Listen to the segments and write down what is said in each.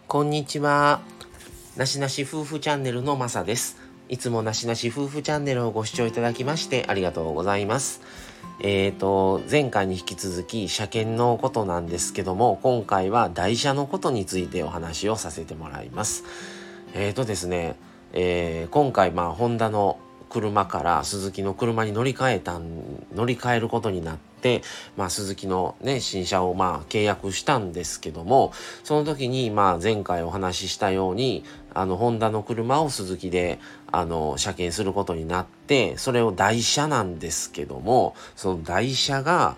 こんにちは。なしなし夫婦チャンネルのまさです。いつもなしなし夫婦チャンネルをご視聴いただきましてありがとうございます。前回に引き続き車検のことなんですけども、今回は台車のことについてお話をさせてもらいます。ですね、今回ホンダの車からスズキの車に乗り換えることになって、スズキのね、新車を契約したんですけども、その時に前回お話ししたように、ホンダの車をスズキで、車検することになって、それを台車なんですけども、その台車が、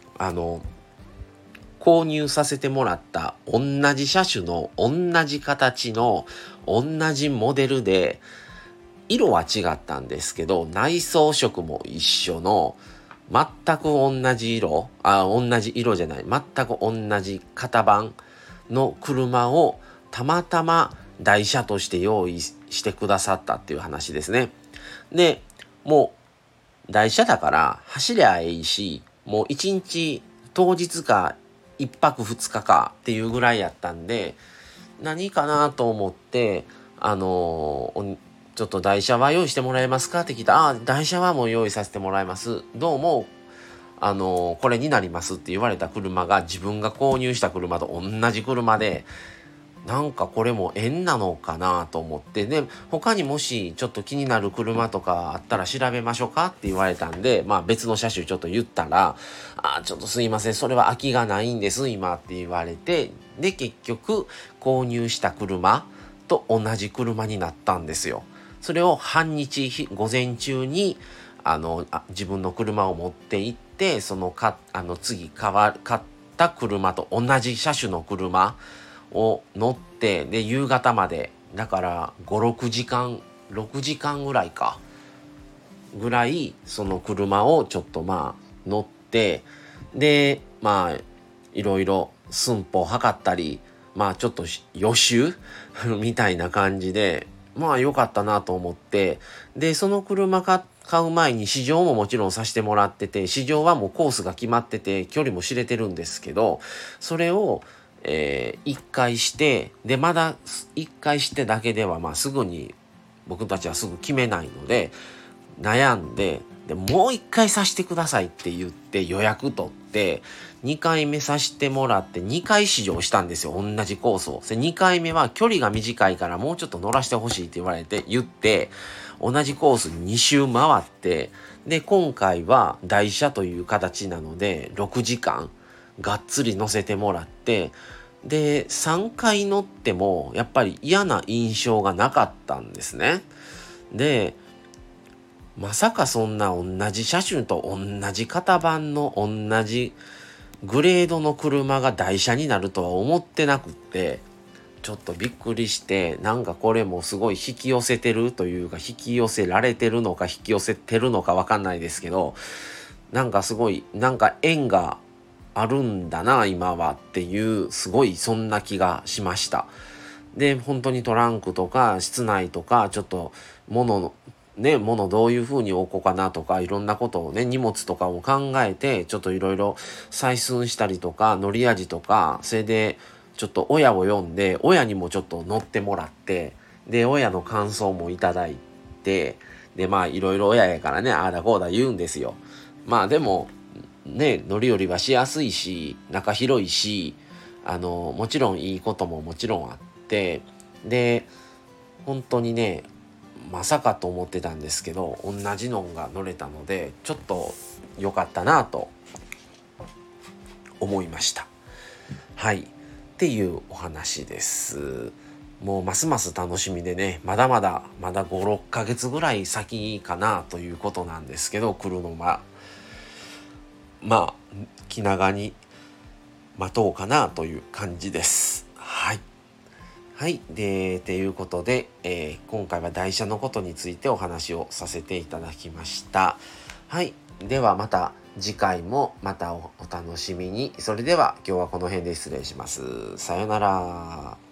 購入させてもらった同じ車種の同じ形の同じモデルで、色は違ったんですけど、内装色も一緒の、全く同じ色、同じ色じゃない、全く同じ型番の車をたまたま台車として用意してくださったっていう話ですね。で、もう台車だから走りゃいいし、もう一日当日か一泊二日かっていうぐらいやったんで、何かなと思って、ちょっと台車は用意してもらえますかって聞いた。台車はもう用意させてもらいます。どうも、これになりますって言われた車が自分が購入した車と同じ車で、なんかこれも縁なのかなと思って、で、他にもしちょっと気になる車とかあったら調べましょうかって言われたんで、別の車種ちょっと言ったら、ちょっとすいません、それは空きがないんです、今って言われて、で、結局購入した車と同じ車になったんですよ。それを半日午前中に自分の車を持って行って、次買った車と同じ車種の車を乗って、で夕方までだから5、6時間6時間ぐらいぐらいその車をちょっと乗って、でいろいろ寸法測ったりちょっと予習みたいな感じで良かったなと思って、でその車買う前に試乗ももちろんさせてもらってて、試乗はもうコースが決まってて距離も知れてるんですけど、それを一回して、でまだ一回してだけではすぐに僕たちはすぐ決めないので悩んで、もう一回させてくださいって言って予約取って2回目させてもらって2回試乗したんですよ、同じコースを。2回目は距離が短いからもうちょっと乗らせてほしいって言って同じコース2周回って、で今回は台車という形なので6時間がっつり乗せてもらって、で3回乗ってもやっぱり嫌な印象がなかったんですね。でまさかそんな同じ車種と同じ型番の同じグレードの車が台車になるとは思ってなくって、ちょっとびっくりして、なんかこれもすごい引き寄せてるというか、引き寄せられてるのか引き寄せてるのかわかんないですけど、なんかすごい縁があるんだな今はっていう、すごいそんな気がしました。で本当にトランクとか室内とかちょっと物どういう風に置こうかなとか、いろんなことをね、荷物とかを考えてちょっといろいろ採寸したりとか、乗り味とか、それでちょっと親を呼んで親にもちょっと乗ってもらって、で親の感想もいただいて、でいろいろ親やからね、ああだこうだ言うんですよ。でもね、乗り降りはしやすいし中広いし、もちろんいいことももちろんあって、で本当にね、まさかと思ってたんですけど同じのが乗れたのでちょっと良かったなと思いました。はいっていうお話です。もうますます楽しみでね、まだ5、6ヶ月ぐらい先かなということなんですけど、来るのは気長に待とうかなという感じです。はい。ということで、今回は台車のことについてお話をさせていただきました。はい。ではまた次回もまたお楽しみに。それでは今日はこの辺で失礼します。さよなら。